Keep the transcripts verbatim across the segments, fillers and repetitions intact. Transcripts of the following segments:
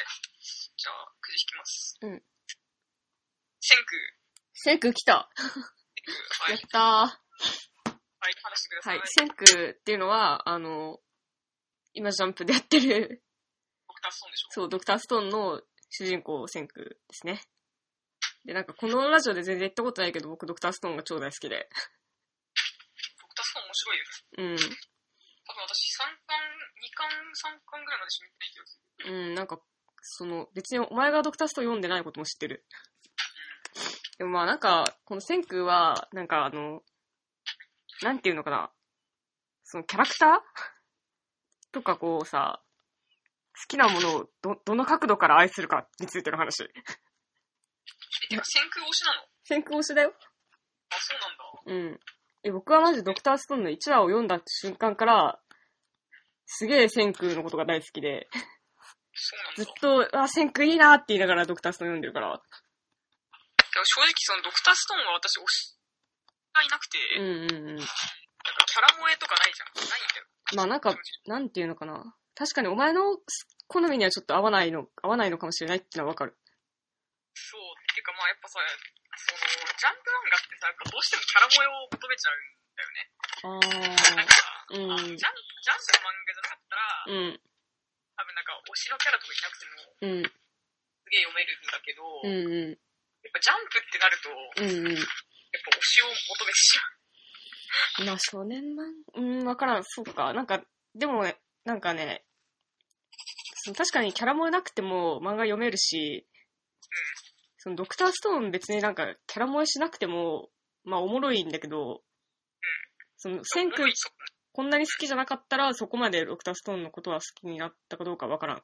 じゃあ、くじ引きます。 うん。 千空。 千空来た。 はい、 やったー。はい、 話してください。 はい、千空っていうのは、あの、今ジャンプでやってる、 ドクターストーンでしょ？ そう、ドクターストーンの主人公千空ですね。で、なんかこのラジオで全然言ったことないけど、僕ドクターストーンが超大好きで。 ドクターストーン面白いよね。うん。多分私さんかん、にかん、さんかんぐらいまでしか見てない気がする。 うん、なんか、その、別にお前がドクターストーン読んでないことも知ってる。でもまあなんか、この千空は、なんかあの、なんていうのかな。そのキャラクターとかこうさ、好きなものをど、どの角度から愛するかについての話。 え、てか千空推しなの？ 千空推しだよ。 あ、そうなんだ。 うん。え、僕はマジドクターストーンのいちわを読んだ瞬間から、すげえ千空のことが大好きで、 そうなんだ。 ずっと、あ、千空いいなって言いながらドクターストーン読んでるから。 でも正直そのドクターストーンは私推しがいなくて、 うんうんうん。 なんかキャラ萌えとかないじゃん。ないんだよ。 まあなんか、なんていうのかな。確かにお前の好みにはちょっと合わないの、合わないのかもしれないっていうのはわかる。 そう。っていうかまあやっぱさ、その、ジャンプ漫画ってさ、どうしてもキャラ萌えを求めちゃうんだよね。あー。なんかさ、うん、ジャン、ジャンプの漫画じゃなかったら、うん。多分なんか推しのキャラとかいなくても、うん。すげえ読めるんだけど、うんうん。やっぱジャンプってなると、うんうん。やっぱ推しを求めてしまう。 まあ少年漫画、うん、わからん。そうか。なんか、でもね、なんかね、その確かにキャラもなくても漫画読めるし、そのドクターストーン別になんかキャラ萌えしなくても、まあおもろいんだけど、その千空こんなに好きじゃなかったらそこまでドクターストーンのことは好きになったかどうかわからん。うん。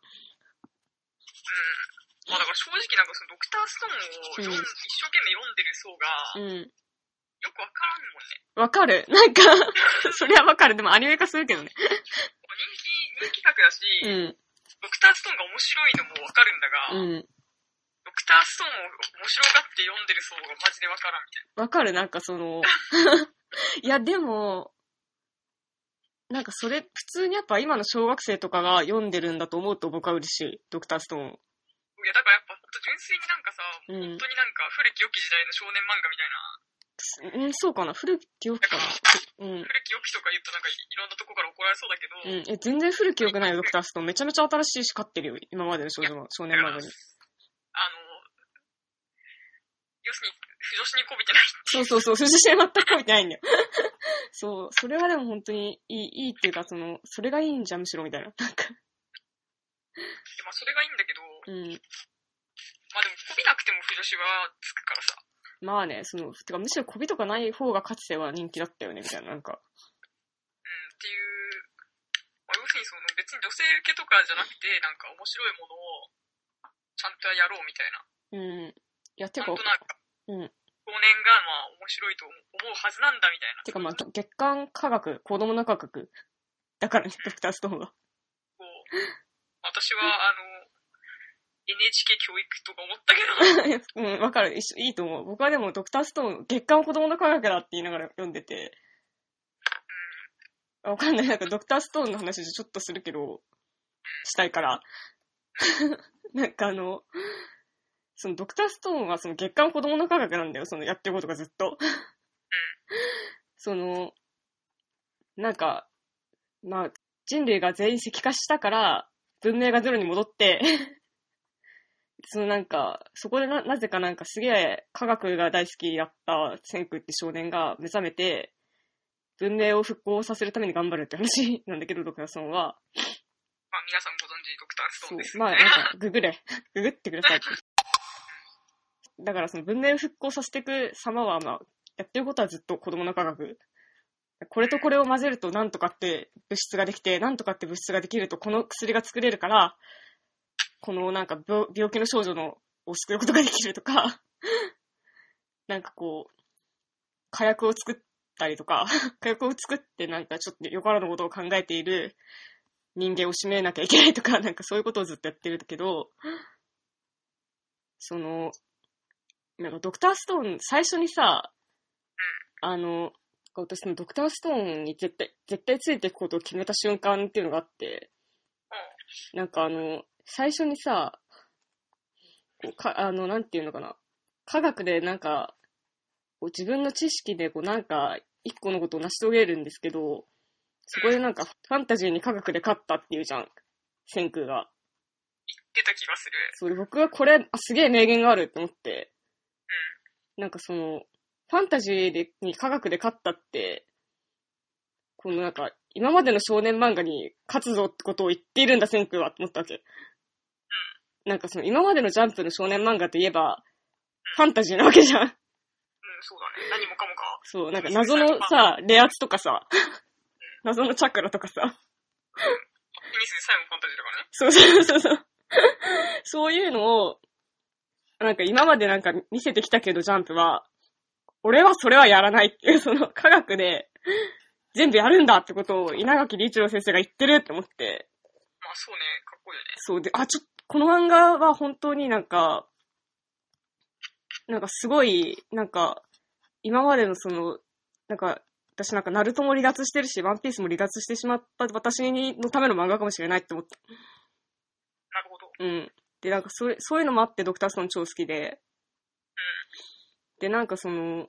まあだから正直なんかそのドクターストーンを、うん、一生懸命読んでる層が、うん。よくわからんもんね。 わかる。なんか、そりゃわかる。でもアニメ化するけどね。 人気、人気作だし、うん。ドクターストーンが面白いのもわかるんだが、うん。ドクターストーンを面白がって読んでる層がマジでわからんみたいな。 わかる、なんかその、いやでも、なんかそれ、普通にやっぱ今の小学生とかが読んでるんだと思うと僕は嬉しい、ドクターストーン。 いやだからやっぱほんと純粋になんかさ、うん、本当になんか古き良き時代の少年漫画みたいな。 うん、そうかな、古き良きかな。 うん。古き良きとか言うとなんかいろんなとこから怒られそうだけど。 うん、え、全然古き良くないよ、ドクターストーン。めちゃめちゃ新しいし勝ってるよ、今までの少女少年漫画に。 あの、要するに、不女子にこびてない。 そうそうそう、不女子に全くこびてないんだよ。そう、それはでも本当にいい、いいっていうか、その、それがいいんじゃん、むしろみたいな。なんか。 まあ、それがいいんだけど、うん。まあでも、こびなくても不女子はつくからさ。 まあね、その、てかむしろこびとかない方がかつては人気だったよね、みたいな、なんか。 うん、っていう、まあ、要するにその、別に女性受けとかじゃなくて、なんか面白いものを、ちゃんとやろうみたいな。 うん。いや、てか、 なんとなく、 うん。 少年が、まあ、面白いと思うはずなんだみたいな。 てか、まあ、月刊科学、子供の科学。だからね、ドクターストーンは。 そう。私は、あの、エヌエイチケー 教育とか思ったけど。うん、わかる。いいと思う。僕はでもドクターストーン、月刊子供の科学だって言いながら読んでて。うん。わかんない。なんかドクターストーンの話ちょっとするけど、したいから。なんかあの、そのドクターストーンはその月刊子供の科学なんだよ。そのやってることがずっと。うん。その、なんか、まあ、人類が全員石化したから、文明がゼロに戻って、そのなんか、そこでな、なぜかなんかすげえ科学が大好きだった千空って少年が目覚めて、文明を復興させるために頑張るって話なんだけど、ドクターストーンは。 まあ皆さんご存知ドクターストーンです、 ね。まあなんか、ググれ。ググってくださいって。だからその文明を復興させていく様は、まあ、やってることはずっと子供の科学。これとこれを混ぜるとなんとかって物質ができて、なんとかって物質ができるとこの薬が作れるから、このなんか 病, 病気の少女のを救うことができるとか、なんかこう、火薬を作ったりとか、火薬を作ってなんかちょっとよからぬことを考えている人間を締めなきゃいけないとか、なんかそういうことをずっとやってるけど、その、なんかドクターストーン最初にさ、あの、私のドクターストーンに絶対、絶対ついていくことを決めた瞬間っていうのがあって、なんかあの、最初にさ、 こうか、あの、なんていうのかな。科学でなんか、こう自分の知識でこうなんか、一個のことを成し遂げるんですけど、そこでなんか、ファンタジーに科学で勝ったっていうじゃん。千空が。 言ってた気がする。 それ僕はこれ、あ、すげえ名言があるって思って。 うん。 なんかその、ファンタジーでに科学で勝ったって、このなんか、今までの少年漫画に勝つぞってことを言っているんだ、千空はって思ったわけ。 うん。 なんかその、今までのジャンプの少年漫画といえば、ファンタジーなわけじゃん。うん、 そうだね。何もかもか。 そう、なんか謎のさ、レアツとかさ、謎のチャクラとかさ。 ミスサイモンファンタジーとかね。 そうそうそうそう。そういうのを、なんか今までなんか見せてきたけど、ジャンプは、俺はそれはやらないっていう、その科学で全部やるんだってことを稲垣理一郎先生が言ってるって思って。 まあそうね、かっこいいよね。 そうで、あ、ちょっと、この漫画は本当になんか、なんかすごい、なんか、今までのその、なんか、私なんかナルトも離脱してるし、ワンピースも離脱してしまった私のための漫画かもしれないって思った。 なるほど。 うん。で、なんかそれ、そういうのもあってドクターストーン超好きで。うん。で、なんかその、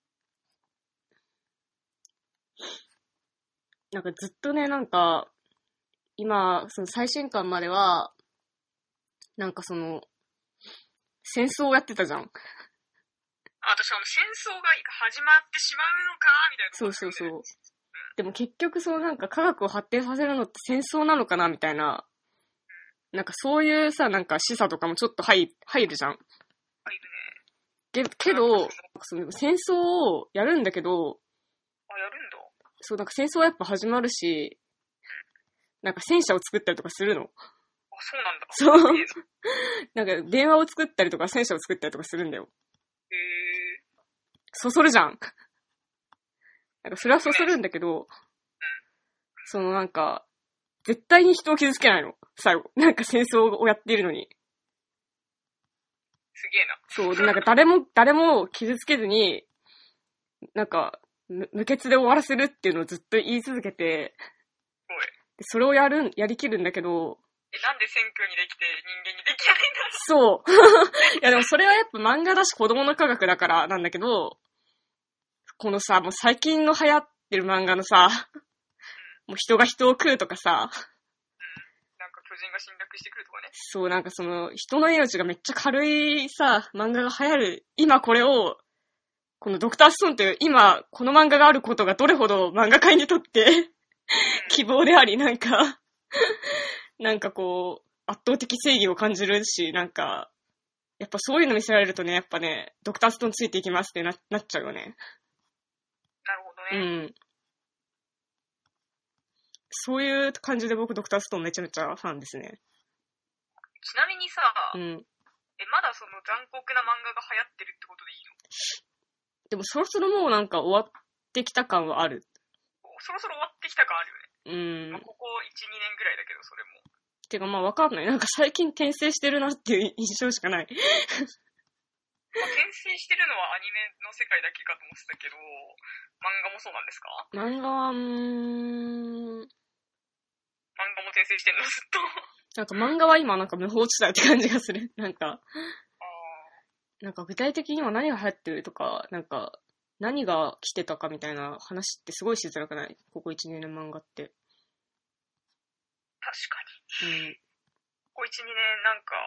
なんかずっとね、なんか、今、その最新刊までは、なんかその、戦争をやってたじゃん。 あ、私あの戦争が始まってしまうのか、みたいな、ね。 そうそうそう。うん、でも結局そのなんか科学を発展させるのって戦争なのかなみたいな、うん、なんかそういうさ、なんか示唆とかもちょっと入入るじゃん。 入るね。けけど、その戦争をやるんだけど、 あ、やるんだ。 そう、なんか戦争はやっぱ始まるし、なんか戦車を作ったりとかするの。 あ、そうなんだ。 そう。なんか電話を作ったりとか戦車を作ったりとかするんだよ。 へえ。 そそるじゃん。なんかそれはそそるんだけど、うん、そのなんか、絶対に人を傷つけないの。最後。なんか戦争をやっているのに。 すげえな。 そう、なんか誰も、誰も傷つけずに、なんか、無血で終わらせるっていうのをずっと言い続けて、 おい。 でそれをやる、やりきるんだけど、 え、なんで千空にできて人間にできないんだろう。 そう。いやでもそれはやっぱ漫画だし子供の科学だからなんだけど、このさ、もう最近の流行ってる漫画のさ、うん、もう人が人を食うとかさ、うん、 なんか巨人が侵略してくるとかね。 そう、なんかその人の命がめっちゃ軽いさ、漫画が流行る、今これを、このドクターストーンという今この漫画があることがどれほど漫画界にとって希望であり、なんか、なんかこう、圧倒的正義を感じるし、なんか、やっぱそういうの見せられるとね、やっぱね、ドクターストーンついていきますってな、なっちゃうよね。 なるほどね。 うん。そういう感じで僕ドクターストーンめちゃめちゃファンですね。 ちなみにさ、 うん。 え、まだその残酷な漫画が流行ってるってことでいいの？ でもそろそろもうなんか終わってきた感はある。 そろそろ終わってきた感あるよね。 うん。 まあ、ここいち、にねんぐらいだけど、それも。 てかまあわかんない。なんか最近転生してるなっていう印象しかない。 まあ、転生してるのはアニメの世界だけかと思ってたけど、漫画もそうなんですか？ 漫画は、うーん。 漫画も転生してんのずっと。 なんか漫画は今なんか無法地帯って感じがする。なんか、 あなんか具体的に今何が流行ってるとか、なんか何が来てたかみたいな話ってすごいしづらくない？ここいち、にねんの漫画って。 確かに。 うん。 ここいち、にねんなんか、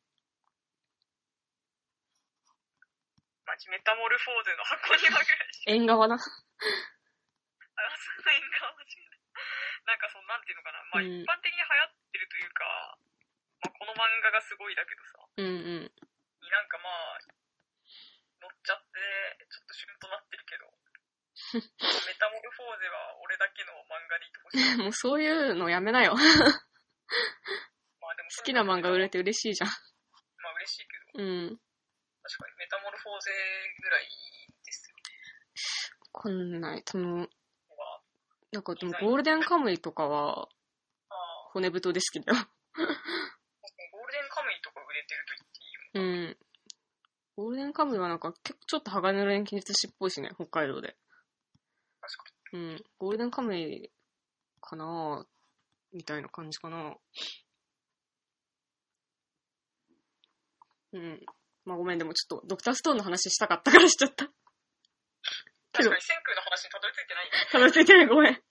マジメタモルフォーゼの箱庭ぐらいしか。 縁側な。 あ、その縁側間違いない。なんかその、なんていうのかな。まあ、一般的に流行ってるというか、まあ、この漫画がすごいだけどさ。 うんうん。 になんかまあ、乗っちゃって、ちょっとシュンとなってるけど。メタモルフォーゼは俺だけの漫画でいてほしい。 もうそういうのやめなよ。まあでも好きな漫画売れて嬉しいじゃん。 まあ嬉しいけど。うん。 確かにメタモルフォーゼぐらいですよね。 こんない、その、なんかでもゴールデンカムイとかは、骨太で好きだよ。 ゴールデンカムイとか売れてると言っていいよね。 うん。ゴールデンカムイはなんか結構ちょっと鋼の錬金術師っぽいしね、北海道で。 確かに。うん。ゴールデンカムイかなぁ、みたいな感じかな。 うん。まあごめん、でもちょっとドクターストーンの話したかったからしちゃった。 確かに千空の話にたどり着いてないんだ。 たどり着いてない、ごめん。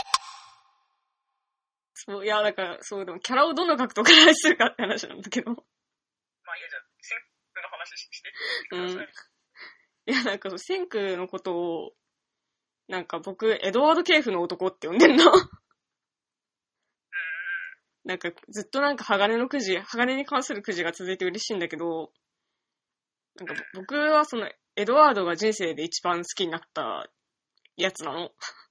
そう、いや、だから、そう、でもキャラをどの角度から愛するかって話なんだけど。まあいいや、じゃあ、千空の話して。 うん。いや、なんかそう、千空のことを、なんか僕、エドワード・ケーフの男って呼んでんの。なんかずっとなんか鋼のくじ、鋼に関するくじが続いて嬉しいんだけど、なんか僕はそのエドワードが人生で一番好きになったやつなの。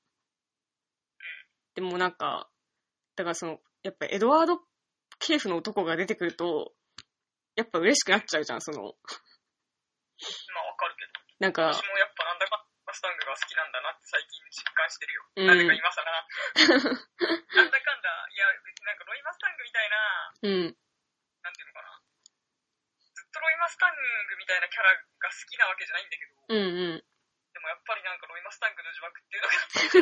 でもなんか、だからその、やっぱエドワード・ケーフの男が出てくると、やっぱ嬉しくなっちゃうじゃん、その。まあわかるけど。 なんか、 私もやっぱなんだかマスタングが好きなんだなって最近実感してるよ。うん、なぜか今更。なんだかんだ、いや別になんかロイマスタングみたいな、うん、なんていうのかな。ずっとロイマスタングみたいなキャラが好きなわけじゃないんだけど、うんうん、でもやっぱりなんかロイマスタングの呪縛っていうのが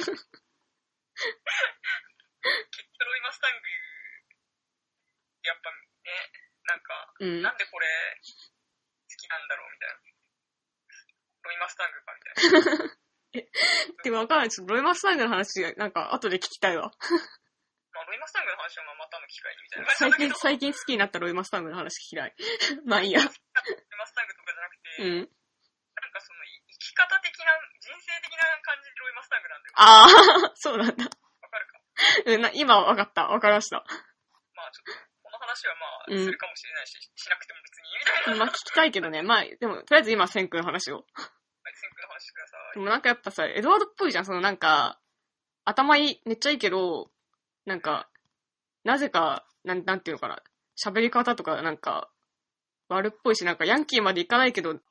結局ロイマスタングやっぱね、なんか、うん、なんでこれ好きなんだろうみたいな。ロイマスタングかみたいな。 え、でもわかんない。ちょっとロイマスタングの話、なんか後で聞きたいわ。 まあ、ロイマスタングの話はまたの機会にみたいな最近、最近好きになったロイマスタングの話聞きたい。まあいいや。ロイマスタングとかじゃなくて、 うん。 なんかその生き方的な、人生的な感じでロイマスタングなんだよ。 ああ、そうなんだ。 わかるか。 うんな、今わかった。わかりました。 まあちょっと、この話はまあ、するかもしれないし、うん、しなくても別にみたいな。 まあ聞きたいけどね。まあ、でも、とりあえず今、千空の話を。 千空の話ください。 でもなんかやっぱさ、エドワードっぽいじゃん。そのなんか、頭いい、めっちゃいいけど、なんか、なぜか、なん、なんていうのかな。喋り方とかなんか、悪っぽいし、なんかヤンキーまでいかないけど。あー、ヤン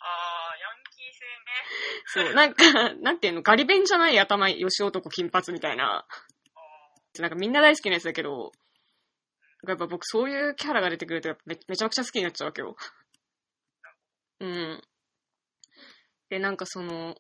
キー性ね。 そう、なんか、なんていうの、ガリ弁じゃない頭いい、吉男金髪みたいな。なんかみんな大好きなやつだけど、やっぱ僕そういうキャラが出てくるとめ、めちゃくちゃ好きになっちゃうわけよ。うん。で、なんかその、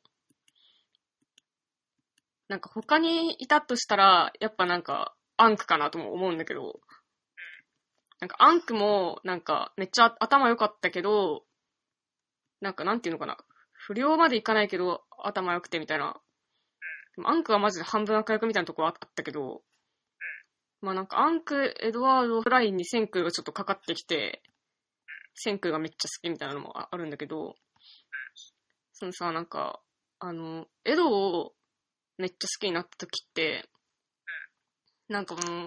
なんか他にいたとしたら、やっぱなんか、アンクかなとも思うんだけど、なんかアンクも、なんかめっちゃ頭良かったけど、なんかなんていうのかな、不良までいかないけど、頭良くてみたいな。でもアンクはマジで半分悪役みたいなところあったけど、まあなんかアンク、エドワードフラインに千空がちょっとかかってきて、千空がめっちゃ好きみたいなのもあるんだけど、そのさ、なんか、あの、エドをめっちゃ好きになった時って、なんかもう、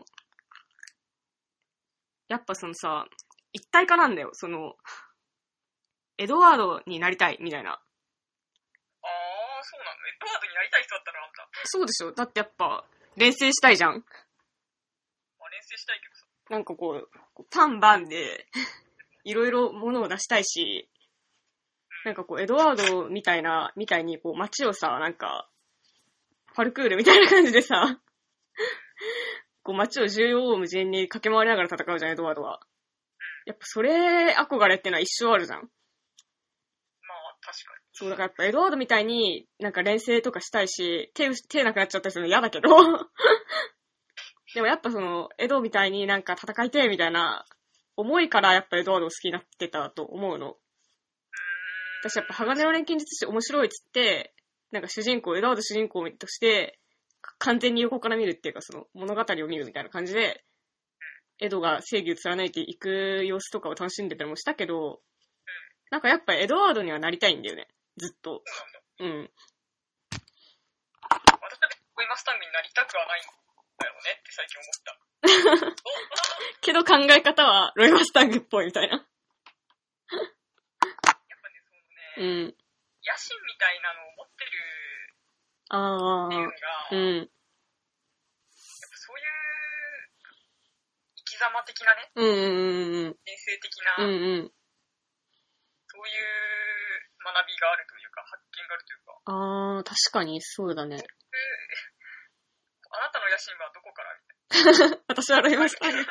やっぱそのさ、一体化なんだよ。その、エドワードになりたいみたいな。あー、 そうなの？エドワードになりたい人だったらあんた。 そうでしょ。だってやっぱ、連成したいじゃん。まあ、連成したいけどさ。 なんかこう、パンバンで、いろいろ物を出したいし、なんかこう、エドワードみたいな、みたいにこう、街をさ、なんか、パルクールみたいな感じでさ、こう街を縦横無尽に駆け回りながら戦うじゃん、エドワードは。やっぱそれ憧れってのは一生あるじゃん。まあ、 確かに。 そう、だからやっぱエドワードみたいになんか連成とかしたいし、手、手なくなっちゃったりするの嫌だけど、でもやっぱその、エドみたいになんか戦いてえみたいな思いからやっぱエドワードを好きになってたと思うの。私やっぱ鋼の錬金術師面白いっつって、なんか主人公、エドワード主人公として、完全に横から見るっていうか、その物語を見るみたいな感じで、エドが正義を貫いていく様子とかを楽しんでたりもしたけど、なんかやっぱエドワードにはなりたいんだよね、ずっと。うん。 私はロイマスタングになりたくはないんだよねって最近思った。 けど考え方はロイマスタングっぽいみたいな。やっぱね、そのね、うん。野心みたいなのを持ってるあっていうのが、うん。やっぱそういう生き様的なね、 うんうんうん、 人生的な、 うんうん、 そういう学びがあるというか、発見があるというか。 ああ、確かにそうだね。 あなたの野心はどこからみたいな。 私はロイマスタング。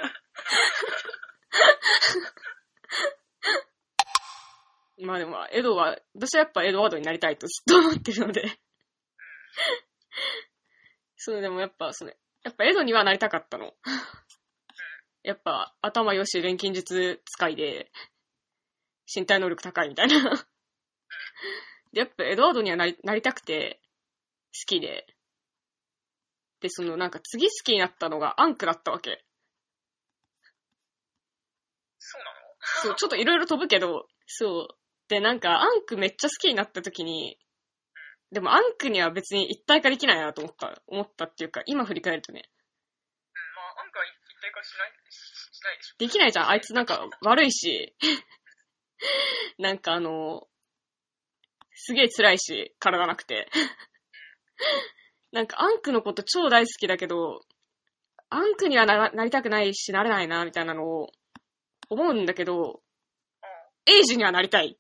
まあでも、エドは、私はやっぱエドワードになりたいとずっと思ってるので。そう、でもやっぱ、それ、やっぱエドにはなりたかったの。やっぱ、頭よし錬金術使いで、 身体能力高いみたいな。で、やっぱエドワードにはなり、なりたくて、好きで。で、そのなんか次好きになったのがアンクだったわけ。 そうなの？ そう、ちょっといろいろ飛ぶけど、そう。で、なんかアンクめっちゃ好きになった時に、でもアンクには別に一体化できないなと思った、思ったっていうか、今振り返るとね。 うん、まあ、アンクは一体化しない、しないでしょ。 できないじゃん。あいつなんか悪いし、なんかあの、すげえ辛いし、体なくて。なんかアンクのこと超大好きだけど、アンクには な, なりたくないし、なれないな、みたいなのを思うんだけど、エイジにはなりたい。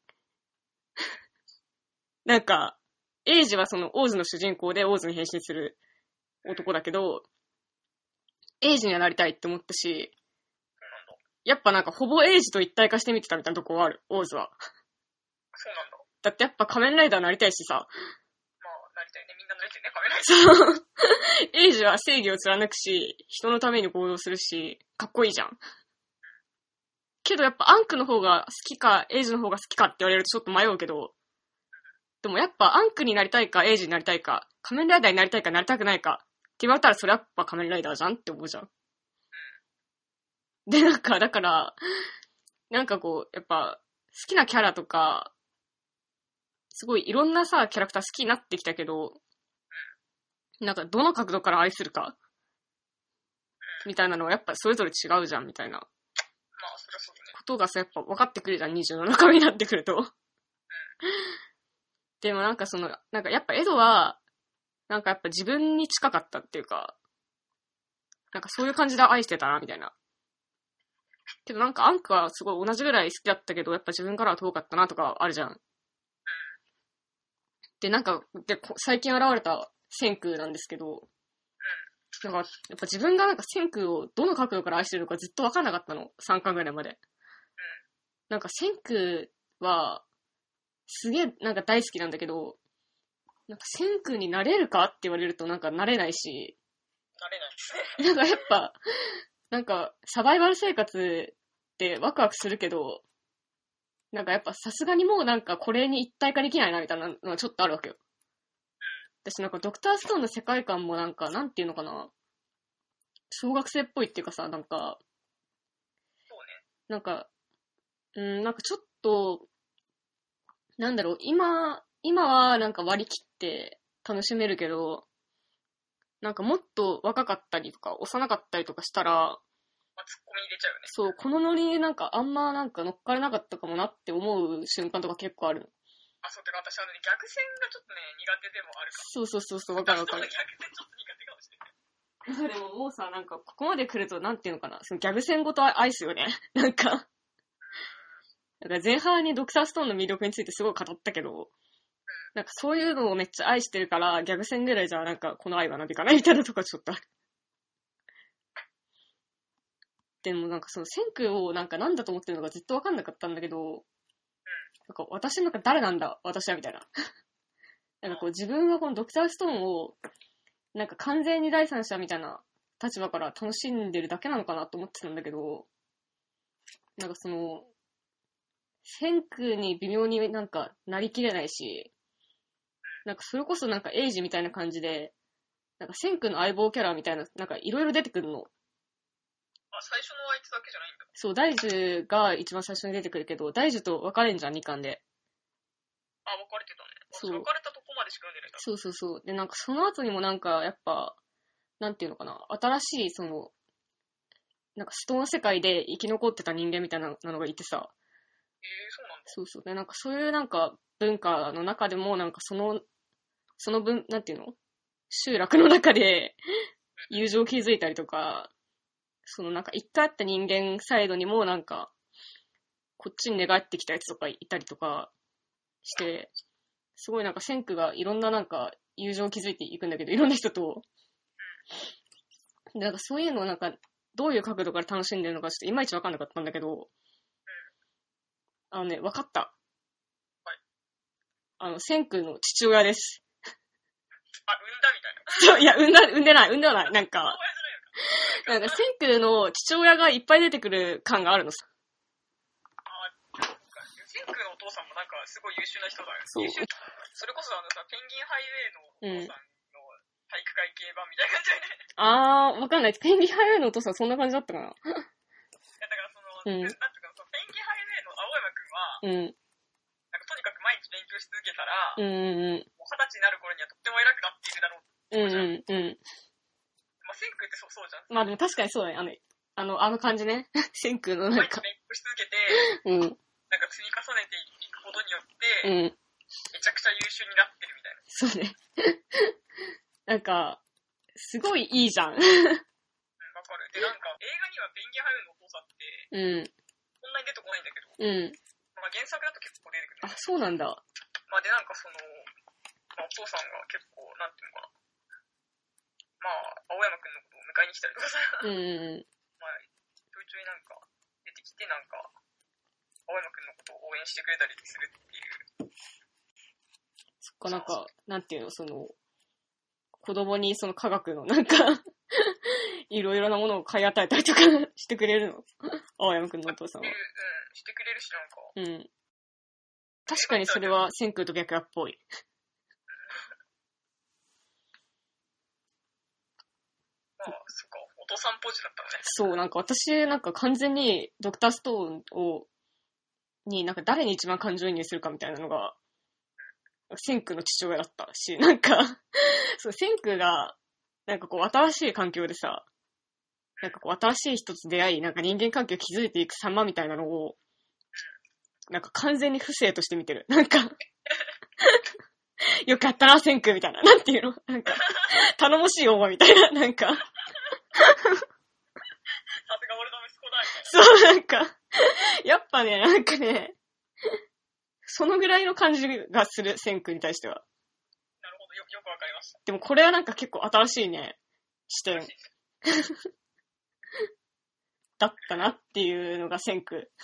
なんか、エイジはそのオーズの主人公でオーズに変身する男だけど、エイジにはなりたいって思ったし、やっぱなんかほぼエイジと一体化してみてたみたいなとこはある、オーズは。 そうなんだ。 だってやっぱ仮面ライダーなりたいしさ。 まあ、なりたいね。みんななりたいね、仮面ライダー。 そう。エイジは正義を貫くし、人のために行動するし、かっこいいじゃん。けどやっぱアンクの方が好きか、エイジの方が好きかって言われるとちょっと迷うけど、でもやっぱアンクになりたいか、エイジになりたいか、仮面ライダーになりたいか、なりたくないかって言われたらそれやっぱ仮面ライダーじゃんって思うじゃん。で、なんか、だから、なんかこう、やっぱ、好きなキャラとか、すごいいろんなさ、キャラクター好きになってきたけど、なんかどの角度から愛するかみたいなのはやっぱそれぞれ違うじゃんみたいな。 まあ、そりゃそうだね。 ことがさ、やっぱ分かってくるじゃん、にじゅうななかめになってくると。でもなんかその、なんかやっぱエドは、なんかやっぱ自分に近かったっていうか、なんかそういう感じで愛してたな、みたいな。けどなんかアンクはすごい同じぐらい好きだったけど、やっぱ自分からは遠かったなとかあるじゃん。で、なんか、で、最近現れた千空なんですけど、なんか、やっぱ自分がなんか千空をどの角度から愛してるのかずっと分かんなかったの。さんかんぐらいまで。なんか千空は、すげえなんか大好きなんだけど、なんか千空になれるかって言われるとなんかなれないし、 なれないですね。 なんかやっぱ、なんかサバイバル生活ってワクワクするけど、なんかやっぱさすがにもうなんかこれに一体化できないなみたいなのはちょっとあるわけよ。私なんかドクターストーンの世界観もなんかなんていうのかな、小学生っぽいっていうかさ、なんか、 そうね。 なんか、うん、なんかちょっと、なんだろう、今、今はなんか割り切って楽しめるけど、なんかもっと若かったりとか幼かったりとかしたら、 まあ、ツッコミ入れちゃうよね。 そう、このノリなんかあんまなんか乗っかれなかったかもなって思う瞬間とか結構あるの。 あ、そう、てか私あのね、逆線がちょっとね、苦手でもあるから。 そうそうそうそう、わかるわかる。 逆線ちょっと苦手かもしれない。 でももうさ、なんかここまで来るとなんていうのかな、そのギャグ戦ごと愛すよね。なんか、なんか前半にドクターストーンの魅力についてすごい語ったけど、なんかそういうのをめっちゃ愛してるから、ギャグ戦ぐらいじゃなんかこの愛はなびかないみたいなとこちょっとある。でもなんかその千空をなんかなんだと思ってるのかずっとわかんなかったんだけど、なんか私なんか誰なんだ私はみたいな。なんかこう自分はこのドクターストーンをなんか完全に第三者みたいな立場から楽しんでるだけなのかなと思ってたんだけど、なんかその千空に微妙になんかなりきれないし、なんかそれこそなんかエイジみたいな感じで、なんか千空の相棒キャラみたいな、なんかいろいろ出てくるの。 あ、最初のあいつだけじゃないんだ。 そう、大樹が一番最初に出てくるけど、大樹と別れんじゃん、にかんで。 あ、別れてたね。 そう。 別れたとこまでしか読んでないんだ。 そうそうそう。で、なんかその後にもなんか、やっぱ、なんていうのかな、新しい、その、なんかストーン世界で生き残ってた人間みたいなのがいてさ。 えー、そうなんだ。 そうそう。で、なんかそういうなんか文化の中でも、なんかその、その分、なんていうの？集落の中で友情を築いたりとか、そのなんか一回会った人間サイドにもなんか、こっちに寝返ってきたやつとかいたりとかして、すごいなんか千空がいろんななんか友情を築いていくんだけど、いろんな人と。で、なんかそういうのをなんか、どういう角度から楽しんでるのかちょっといまいちわかんなかったんだけど、あのね、わかった。 はい。 あの、千空の父親です。 あ、産んだみたいな。 そう、いや、産んだ、産んでない、産んではない。なんか、なんか、千空の父親がいっぱい出てくる感があるのさ。 あ、千さんもなんかすごい優秀な人だよ。優秀。それこそあのさ、ペンギンハイウェイのお父さんの体育会系版みたいな感じだよね。 あー、わかんない。ペンギンハイウェイのお父さんそんな感じだったかな。いや、だからその、うん、なんていうか、そのペンギンハイウェイの青山くんは、うん。なんかとにかく毎日勉強し続けたら、うんうんうん。もう二十歳になる頃にはとっても偉くなっているだろうって。うんうんうん。まあ、千空ってそうそうじゃん。まあでも確かにそうだね。あの、あの、あの感じね。千空のなんか。毎日勉強し続けて、うん。なんか積み重ねていくことによって、うん。めちゃくちゃ優秀になってるみたいな。そうね。なんか、すごいいいじゃん。うん、わかる。で、なんか、映画にはペンギンハイウェイのお父さんって、うん。そんなに出てこないんだけど、うん。まあ原作だと結構出てくる、ね。あ、そうなんだ。まあで、なんかその、まあお父さんが結構、なんていうのかな。まあ、青山くんのことを迎えに来たりとかさ、うんうん、まあ、ちょいちょいなんか出てきて、なんか、青山くんのことを応援してくれたりするっていう。そっか、なんか、なんていうの、その、子供にその科学のなんか、いろいろなものを買い与えたりとかしてくれるの青山くんのお父さんは。うん、してくれるし、なんか。うん。確かにそれは千空と白夜っぽい。ああ、そっか。お父さんポジだったのね。そう、なんか私、なんか完全にドクターストーンを、になんか誰に一番感情移入するかみたいなのが、千空の父親だったし、なんか、そう、千空が、なんかこう新しい環境でさ、なんかこう新しい人と出会い、なんか人間関係を築いていく様みたいなのを、なんか完全に不正として見てる。なんか、よくやったな、千空みたいな。なんていうのなんか、頼もしいおばみたいな、なんか。さすが俺の息子だ、みたいな。そう、なんか、やっぱね、なんかね、そのぐらいの感じがする、千空に対しては。なるほど、よ、よくわかりました。でもこれはなんか結構新しいね、視点。だったなっていうのが千空。それ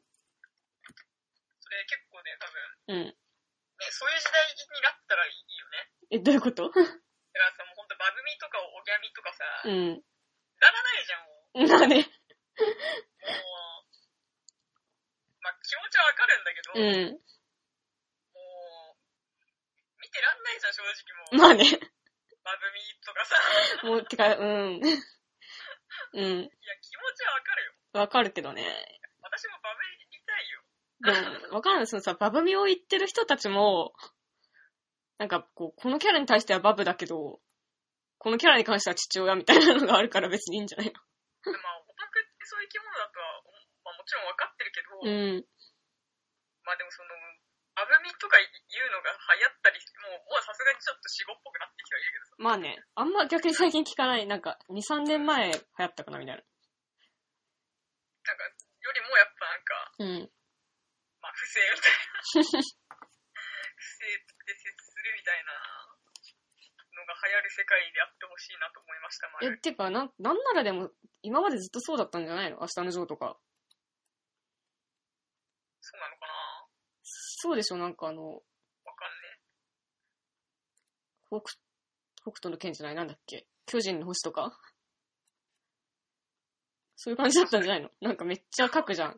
結構ね、多分。うん。ね、そういう時代になったらいいよね。え、どういうこと？だからさ、もうほんとバブミとかおぎゃみとかさ、うん。ならないじゃん、もう。まあね。もう、まあ気持ちはわかるんだけど、うん。もう、見てらんないじゃん、正直もう。まあね。バブミとかさ。もう、てか、うん。うん。いや、気持ちはわかるよ。わかるけどね。私もバブりたいよ。でも、わかんない。そのさ、バブミを言ってる人たちも、なんかこう、このキャラに対してはバブだけど、このキャラに関しては父親みたいなのがあるから別にいいんじゃないの？まあ、オタクってそういう生き物だとは、まあもちろんわかってるけど、うん。まあでもその、バブミとか言うのが流行ったり、もう、もうさすがにちょっと死後っぽくなってきてはいるけどさ。まあね、あんま逆に最近聞かない。なんか、に、さんねんまえ流行ったかなみたいな。なんか、よりもやっぱなんか、うん。まあ、不正みたいな。不正って接するみたいなのが流行る世界であってほしいなと思いました。え、てか、な、なんならでも、今までずっとそうだったんじゃないの？明日のジョーとか。そうなのかな？そうでしょ、なんかあの、わかんねえ。北、北斗の剣じゃない、なんだっけ？巨人の星とか？そういう感じだったんじゃないの？なんかめっちゃ書くじゃん。わかんない。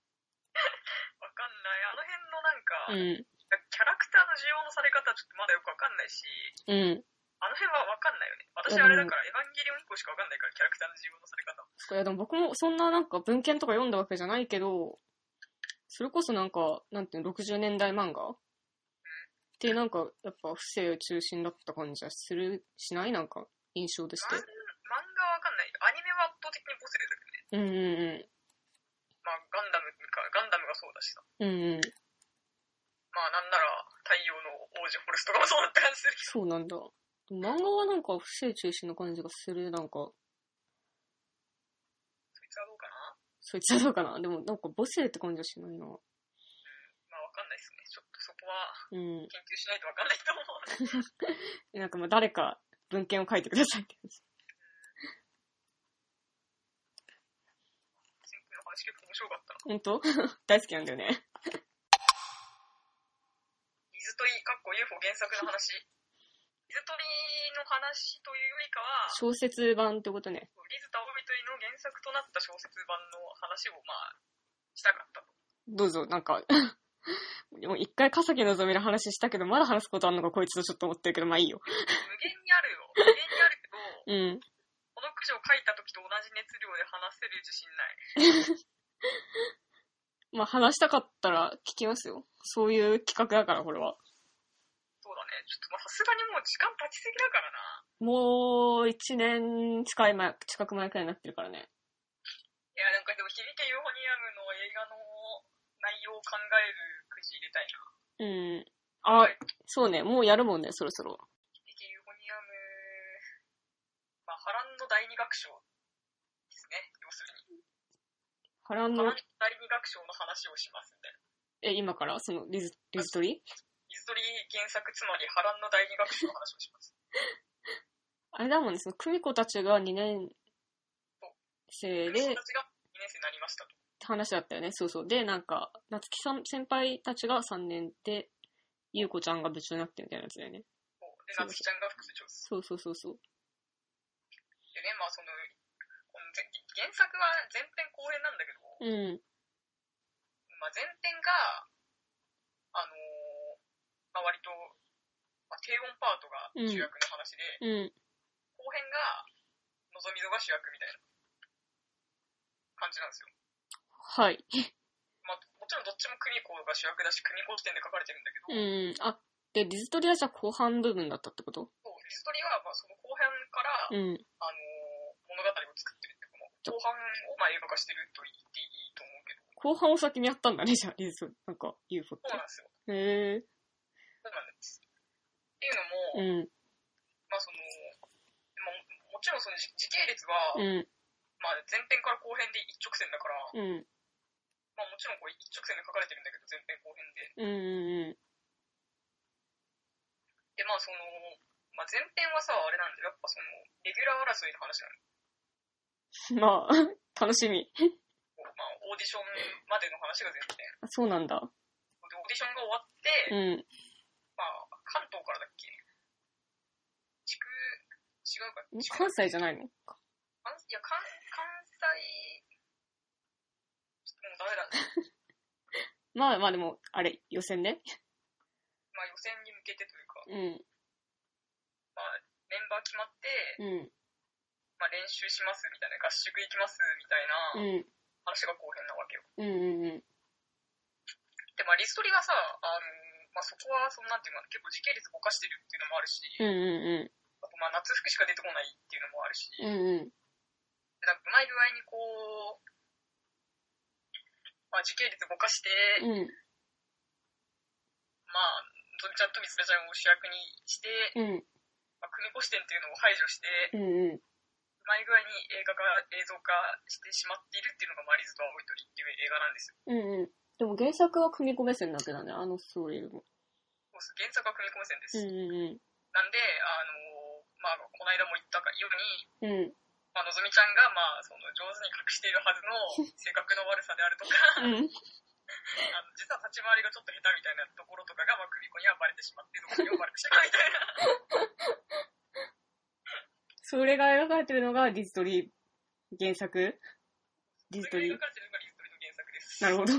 あの辺のなんか、うん。キャラクターの需要のされ方ちょっとまだよくわかんないし、うん。あの辺はわかんないよね。私あれだから、エヴァンゲリオン以降しかわかんないから、キャラクターの需要のされ方。いや、でも僕もそんななんか文献とか読んだわけじゃないけど、それこそなんか、なんていうの、ろくじゅうねんだい漫画、うん、ってなんか、やっぱ不正中心だった感じはする、しない？なんか、印象として。漫画はわかんない。アニメは圧倒的にボスレだけどね。うんうんうん。まあ、ガンダムか、ガンダムがそうだしさ。うんうん。まあ、なんなら、太陽の王子ホルスとかもそうだった感じするけど。そうなんだ。漫画はなんか不正中心な感じがする、なんか。そいつはどうかな？そいつはどうかな？でもなんか母性って感じはしないな。うん、まあわかんないっすね。ちょっとそこは、研究しないとわかんないと思う。なんかまあ誰か文献を書いてくださいって感じ。先生の話結構面白かった。ほんと？大好きなんだよね。水鳥、かっこ ユーフォー 原作の話。水鳥の話というよりかは、小説版ってことね。リズと青鳥の原作となった小説版の話を、まあ、したかったと。どうぞ、なんか、 でも一回笠木のぞみの話したけど、まだ話すことあるのかこいつとちょっと思ってるけど、まあいいよ。 無限にあるよ。無限にあるけど、 うん。 このくじを書いた時と同じ熱量で話せる自信ない。 まあ話したかったら聞きますよ。そういう企画だから、これは。 そうだね。ちょっとまあさすがにもう時間経ちすぎだからな。 もう一年近い前、近く前くらいになってるからね。 いや、なんかでも響けユーフォニアムの映画の内容を考えるくじ入れたいな。うん。あ、はい、そうね。もうやるもんね、そろそろ。 響けユーフォニアム、まあ、波乱の第二楽章ですね、要するに。波乱の第二楽章の話をしますんで。 え、今からそのリズ、リズトリ？ リズトリ原作、つまり波乱の第二楽章の話をします。 あれだもんね、その久美子たちがにねん生で、久美子たちがにねん生になりましたと。 って話だったよね、そうそう。で、なんか、夏希さん先輩たちがさんねんで、優子ちゃんが部長になってみたいなやつだよね。 そう。で、夏希ちゃんが副部長です。 そうそうそうそう。 でね、まあその、この原作は前編後編なんだけど、 うん。 まあ前編が、あのー、まあ割と、まあ、低音パートが主役の話で、 うんうん、 後編が、のぞみぞが主役みたいな感じなんですよ。 はい。 まあ、もちろんどっちも久美子が主役だし、久美子視点で書かれてるんだけど。 うん。あ、で、リズトリはじゃあ後半部分だったってこと？ そう、リズトリは、まあ、その後編から、うん、あのー、物語を作ってるって、この後半をまあ映画化してると言っていいと思うけど。 後半を先にやったんだね、じゃあ、リズ、なんか、ユーフォ って。 そうなんですよ。 へぇー。 そうなんです。っていうのも、うん、まあその、まあ、もちろんその時系列は、うん、まあ前編から後編で一直線だから、うん、まあもちろんこう一直線で書かれてるんだけど、前編後編で。うんうんうん。で、まあその、まあ前編はさ、あれなんだよ、やっぱその、レギュラー争いの話なの。 まあ、楽しみ。 まあ、オーディションまでの話が前編。 あ、そうなんだ。で、 オーディションが終わって、うん、まあ、関東からだっけ？地区、違うか。 関西じゃないの？いや、関、関西、ちょっともうダメだね。 まあまあでも、あれ、予選ね。 まあ予選に向けてというか、 うん。 まあ、メンバー決まって、うん。まあ練習しますみたいな、合宿行きますみたいな、話が後編なわけよ。うんうんうん。で、まあリストリがさ、あの、まあそこは、そのなんていうの、結構時系列ぼかしてるっていうのもあるし、うんうんうん。あとまあ夏服しか出てこないっていうのもあるし、うんうん。で、なんかうまい具合にこう、まあ時系列ぼかして、うん。まあ、ゾンちゃんとミスラちゃんを主役にして、うん。まあ、組子視点っていうのを排除して、うんうん。うまい具合に映画化、映像化してしまっているっていうのがマリズと青い鳥っていう映画なんですよ。 うんうん。でも原作は組子目線だけだね、あのストーリーも。 そうです。原作は組子目線です。 うんうんうん。 なんで、あのー、まあ、この間も言ったように、うん。まあ、のぞみちゃんが、まあ、その、上手に隠しているはずの性格の悪さであるとか、うん。あの実は立ち回りがちょっと下手みたいなところとかが、まあ、久美子にはバレてしまって、どこにもバレてしまうみたいな。 それが描かれてるのがディズトリー原作？ ディズトリー。それが描かれてるのがディズトリーの原作です。 なるほど。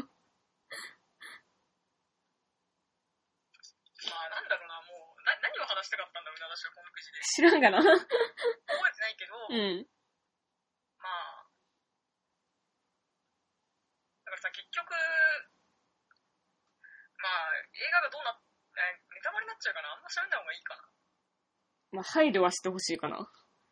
まあ、なんだろうな、もう、な、何を話したかったんだろうな、私はこのくじで。 知らんがな。覚えてないけど、うん。まあ、だからさ、結局、まあ、映画がどうなっ、ネタバレになっちゃうかな。あんま喋んない方がいいかな。 まあ、配慮はしてほしいかな。うん。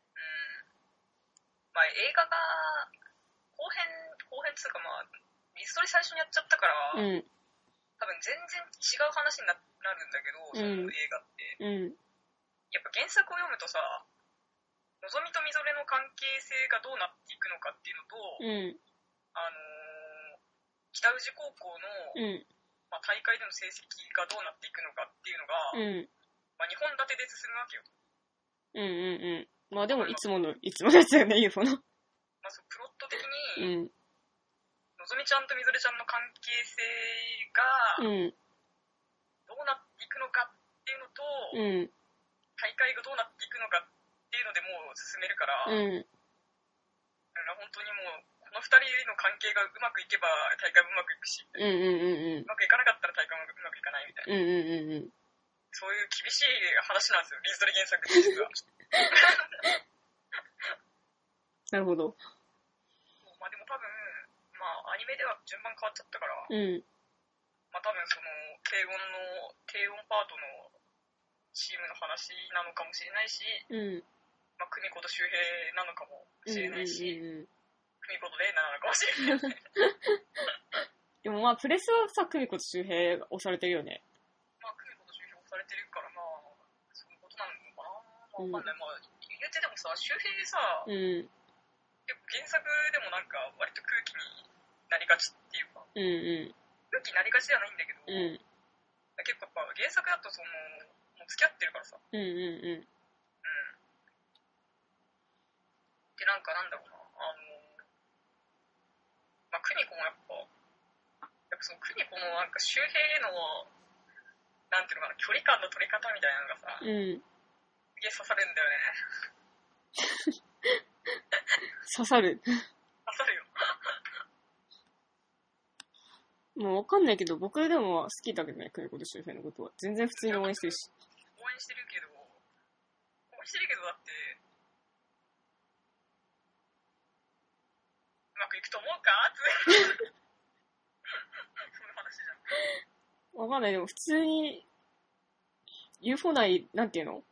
まあ、映画が、後編、後編つうかまあ、リストリ最初にやっちゃったから、うん。多分全然違う話になるんだけど、その映画って。うん。やっぱ原作を読むとさ、のぞみとみぞれの関係性がどうなっていくのかっていうのと、うん。あのー、北宇治高校の、うん、まあ、大会での成績がどうなっていくのかっていうのが、うん、まあ、にほん立てで進むわけよ。 うんうんうん。まあでもいつもの、いつものやつだよね、ユーフォ の。 まあそう、プロット的に、うん、のぞみちゃんとみぞれちゃんの関係性が、うん、どうなっていくのかっていうのと、うん、大会がどうなっていくのかっていうのでもう進めるから、うん、だから本当にもう、この二人の関係がうまくいけば大会もうまくいくし、 うんうんうんうん、 うまくいかなかったら大会もうまくいかないみたいな、 うんうんうんうん、 そういう厳しい話なんですよ、リズドリ原作って実は。 なるほど。 まあでも多分、まあアニメでは順番変わっちゃったから、 うん、 まあ多分その低音の低音パートのチームの話なのかもしれないし、 うん、 まあ久美子と周平なのかもしれないし、 うんうんうん、 久美子とレイナなのかもしれない。 でもまあプレスはさ、久美子と周平が押されてるよね。 まあ久美子と周平押されてるから、まあそういうことなのかな。まあわかんない。うん、まあ言ってでもさ、周平さ、うん、原作でもなんか割と空気になりがちっていうか、うんうん、空気になりがちではないんだけど、うん、結構やっぱ原作だとそのもう付き合ってるからさ、うんうんうん、うん、でなんかなんだろうな、あのまあ久美子もやっぱやっぱその久美子のなんか周平へのなんていうのかな、距離感の取り方みたいなのがさ、うん、すげえ刺さるんだよね。 刺さる。 刺さるよ。 もうわかんないけど、僕でも好きだけどね、久美子と周平のことは。全然普通に応援してるし。 応援してるけど、応援してるけどだって、うまくいくと思うかって。そういう話じゃん。 わかんない、でも普通に、ユーフォー 内、なんていうの？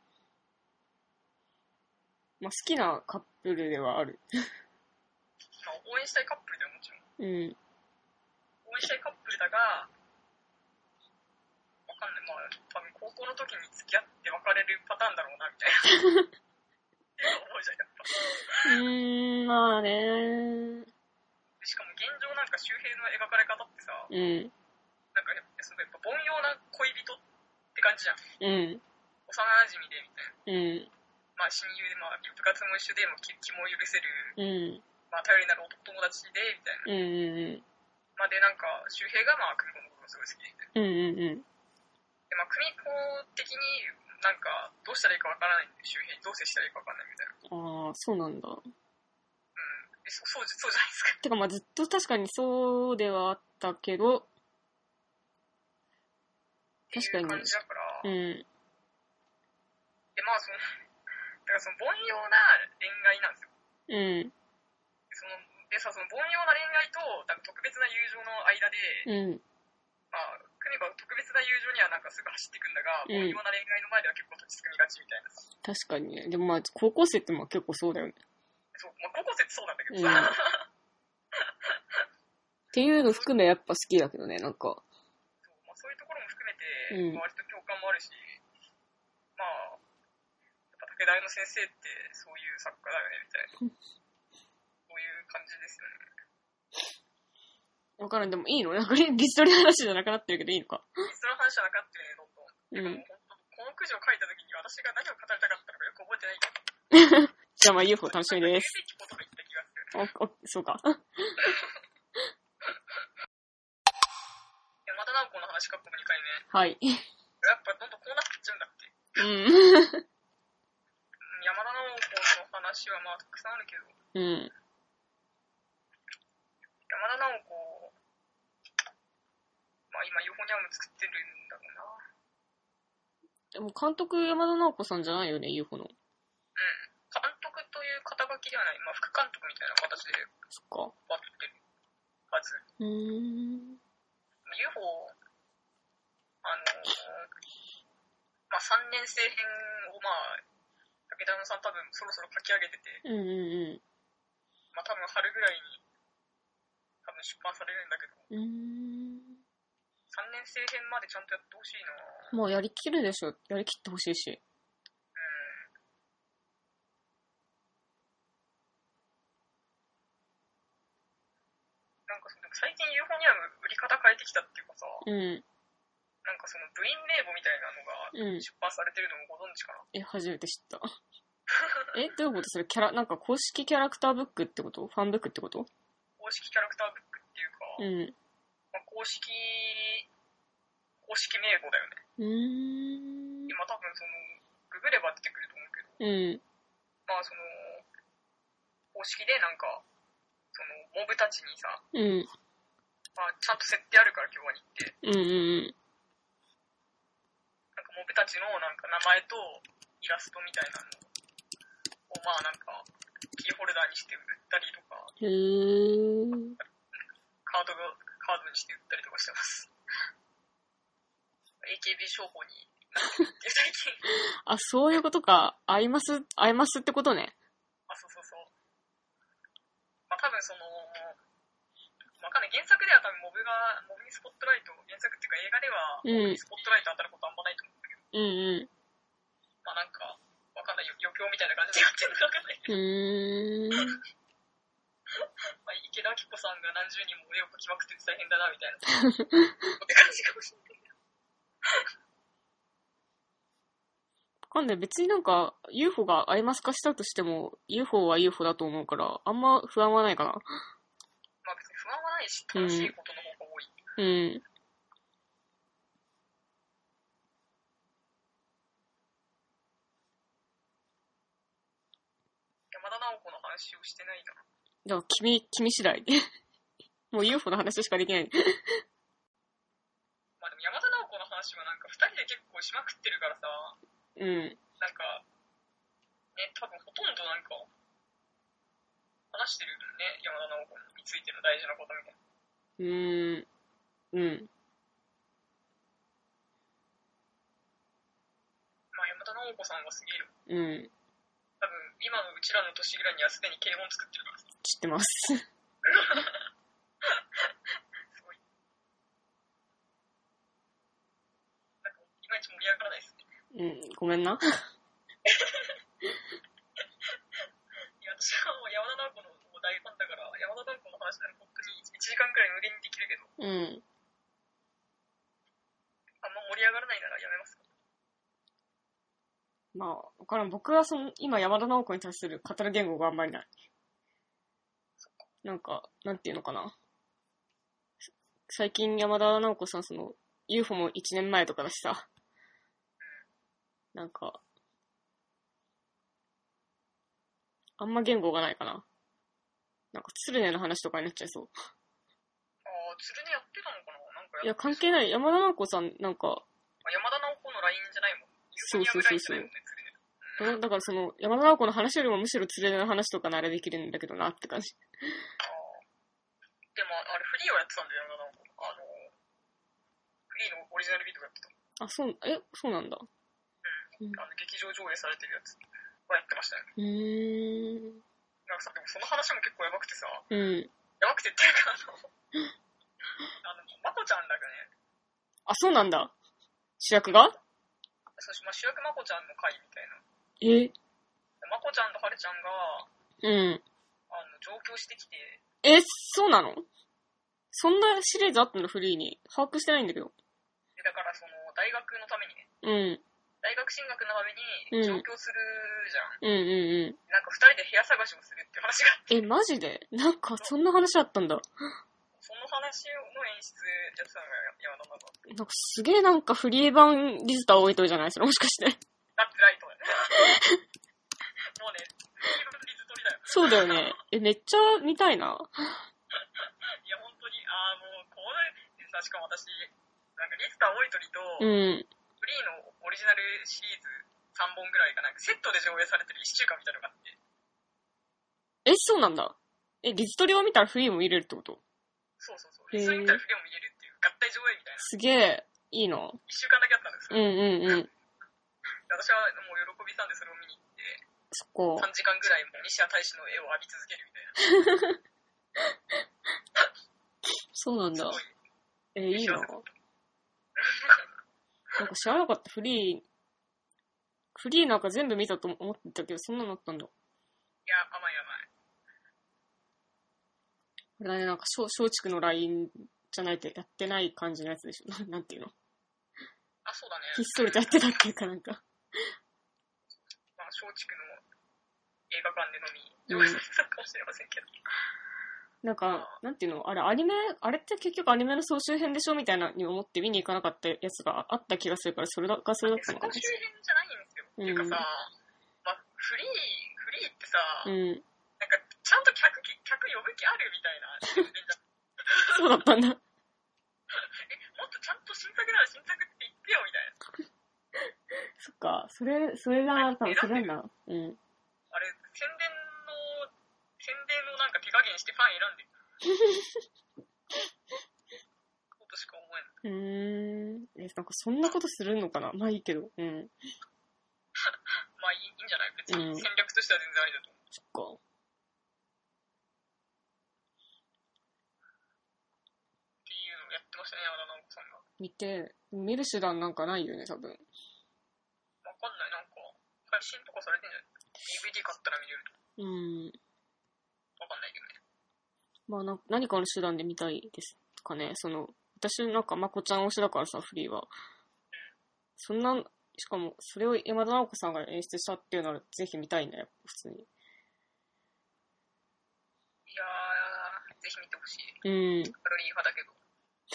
まあ、好きなカップルではある。 まあ、応援したいカップルではもちろん。 うん。 応援したいカップルだが、わかんない。まあ、多分高校の時に付き合って別れるパターンだろうな、みたいな。っていうの思うじゃん、やっぱ。 うーん、まあね。 しかも現状なんか周平の描かれ方ってさ、うん。なんかやっぱ、そのやっぱ凡庸な恋人って感じじゃん。うん。幼馴染で、みたいな。うん。まあ親友で、まあ部活も一緒で、も気も許せる。うん。まあ頼りになる男友達で、みたいな。うんうんうん。まあでなんか、周平がまあ久美子のことがすごい好きで。うんうんうん。で、まあ久美子的になんか、どうしたらいいかわからないんで、周平にどう接したらいいかわかんないみたいな。 ああ、そうなんだ。うん。 そ, そう, そうじゃないですか。 てかまあずっと確かにそうではあったけど、 確かに。感じだから。うん。で、まあその、だからその凡庸な恋愛なんですよ。うん。で、その、でさ、その凡庸な恋愛と、なんか特別な友情の間で、うん。まあ、久美子は特別な友情にはなんかすぐ走っていくんだが、うん、凡庸な恋愛の前では結構立ちすくみがちみたいなさ。 確かにね。でもまあ、高校生ってまあ結構そうだよね。 そう、まあ高校生ってそうなんだけどさ。うん、 っていうの含めやっぱ好きだけどね、なんか。 そう、まあそういうところも含めて、うん、割と共感もあるし、まあ、やっぱ武田の先生ってそういう作家だよね、みたいな。そういう感じですよね。 わからん、でもいいの？なんかリストリの話じゃなくなってるけどいいのか？ リストの話じゃなくなってるね、どんどん。でも、うん、本当このくじを書いた時に私が何を語りたかったのかよく覚えてないけど。 じゃあまあ ユーフォー 楽しみです。 おおそうか。 山田直子の話かっこにかいめ。 はい。 やっぱどんどんこうなっていっちゃうんだって。うん。山田直子の話はまあたくさんあるけど。うん。山田直子、まあ今ユーフォニアム作ってるんだろうな。 でも監督山田直子さんじゃないよね、ユーフォ の。うん。 監督という肩書きではない、まあ副監督みたいな形で。 そっか。 バってるはず。うーん。ユーフォー、あのー、まあさんねん生編をまあ、武田さん多分そろそろ書き上げてて。うんうんうん。まあ多分春ぐらいに多分出版されるんだけど。うーん。さんねん生編までちゃんとやってほしいな。 もうやりきるでしょ。やりきってほしいし。うん。 なんかその最近ユーフォニアム売り方変えてきたっていうかさ。うん。なんかその部員名簿みたいなのが出版されてるのもご存知かな？ うん、え、初めて知った。え、どういうこと？それキャラ、なんか公式キャラクターブックってこと？ファンブックってこと？ 公式キャラクターブックっていうか、うん。まあ、公式、公式名簿だよね。うーん。今多分その、ググれば出てくると思うけど、うん。まあその、公式でなんか、その、 モブたちにさ、 うん。 まあ、ちゃんと設定あるから京アニって。 うんうんうん。 なんかモブたちのなんか名前とイラストみたいなのを、まあなんか、キーホルダーにして売ったりとか、 へー。 カードが、カードにして売ったりとかしてます。エーケービー 商法になってって最近。 あ、そういうことか。アイマス、アイマスってことね。 あ、そうそうそう。まあ多分その、わかんない。原作では多分モブが、モブにスポットライト、原作っていうか映画では、モブにスポットライト当たることあんまないと思うんだけど。 うんうん。 まあなんか、わかんない。余興みたいな感じでやってるのかわかんないけど。 うーん。 まあ池田明子さんが何十人も絵を描きまくってて大変だな、みたいな。って感じかもしれない。 わかんない。別になんか ユーフォー がアイマス化したとしても ユーフォー は ユーフォー だと思うからあんま不安はないかな。 まあ別に不安はないし楽しいことの方が多い。 うん。 山田直子の話をしてないな。 だから君、君次第。もう ユーフォー の話しかできない。 まあでも山田直子の話はなんか二人で結構しまくってるからさ。 うん。 なんか、ね、多分ほとんどなんか、話してるよね、山田直子についての大事なことみたいな。 うーん。うん。 まあ山田直子さんがすげえる。 うん。 多分今のうちらの年ぐらいにはすでに軽音作ってるからさ。 知ってます。すごい。なんかいまいち盛り上がらないですね。 うん、ごめんな。いや私はもう山田直子の大ファンだから、山田直子の話なら本当にいちじかんくらい無限にできるけど、 うん。 あんま盛り上がらないならやめますか。 まあ、わからん。僕はその、今山田直子に対する語る言語があんまりない。なんか、なんていうのかな。最近山田直子さん、その、ユーフォー もいちねんまえとかだしさ。なんか、あんま言語がないかな。なんか、鶴音の話とかになっちゃいそう。 ああ、鶴音やってたのかななんかやいや、関係ない。山田直子さん、なんか、 あ、山田直子の ライン じゃないもん。 そうそうそうそう。うん、だからその、山田直子の話よりもむしろ鶴音の話とかならできるんだけどなって感じ。 ああ。でも、あれフリーをやってたんだよ、山田直子。あの、フリーのオリジナルビートがやってた。 あ、そう、え、そうなんだ。 うん。あの、劇場上映されてるやつはやってましたね。 うーん。 なんかさ、でもその話も結構やばくてさ。 うん。 やばくてっていうか、あの、あの、まこちゃんだけね。 あ、そうなんだ。主役がそうし、まあ、主役まこちゃんの回みたいな。 えまこちゃんとはるちゃんが、 うん。 あの、上京してきて。 え、そうなの？そんなシリーズあったのフリーに。把握してないんだけど。 だからその、大学のためにね。 うん。 大学進学のために上京するじゃん。 うんうんうんうん。 なんか二人で部屋探しをするって話があって。 え、マジで？なんかそんな話あったんだ。 その話の演出やってたのが山田直子。 なんかすげえなんかフリー版リズター置いとるじゃないそれもしかして。 ラップライトだね。もうね、フリー版リズ取りだよ。 そうだよね。え、めっちゃ見たいな。 いや、本当に、あーもう、これ、さ、しかも私、なんかリズター置いとりと、 うん。 フリーのオリジナルシリーズさんぼんぐらいがなんかセットで上映されてるいっしゅうかんみたいなのがあって。 え、そうなんだ。え、リズトリを見たらフリーも見れるってこと？ そうそうそう。リズトリ見たらフリーも見れるっていう合体上映みたいな。 すげえ、いいの。 いっしゅうかんだけあったんですよ。 うんうんうん。 私はもう喜びさんでそれを見に行って、 そこ。 さんじかんぐらいも西谷大使の絵を浴び続けるみたいな。 そうなんだ。えー、いいな。なんか知らなかった、フリー。フリーなんか全部見たと思ってたけど、そんなのあったんだ。いや、甘い甘い。 これはね、なんか松竹の ライン じゃないとやってない感じのやつでしょ。なんていうの。 あ、そうだね。 ひっそりとやってたっていうかなんか。 まあ、松竹の映画館でのみ上映されたかもしれませんけど。 なんか、なんていうのあれ、アニメ、あれって結局アニメの総集編でしょみたいなに思って見に行かなかったやつがあった気がするから、それがそれだったのかな。 総集編じゃないんですよ。うん、っていうかさ、まあ、フリー、フリーってさ、 うん、 なんか、ちちゃんと客、客呼ぶ気あるみたいな。 そうだったんだ。え、もっとちゃんと新作なら新作って言ってよみたいな。 そっか、それ、それが、多分それなんだ。うん。あれ、宣伝の、宣伝のなんか手加減してファン選んでる。ことしか思えない。うーん。え、なんかそんなことするのかな。まあいいけど。うん。 まあいい、いいんじゃない？別に戦略としては全然ありだと思う。 そっか。 っていうのをやってましたね、山田直子さんが。 見て、見る手段なんかないよね、多分。 わかんない、なんか、配信とかされてんじゃない？ ディーブイディー 買ったら見れると。 うん。 わかんないけどね。 まあな、何かの手段で見たいですかね。その、私なんかまこちゃん推しだからさ、フリーは。うん、そんな、しかも、それを山田直子さんが演出したっていうなら、ぜひ見たいね、普通に。いやー、ぜひ見てほしい。 うん。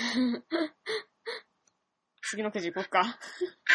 カロリー派だけど。 次のくじ行こうか。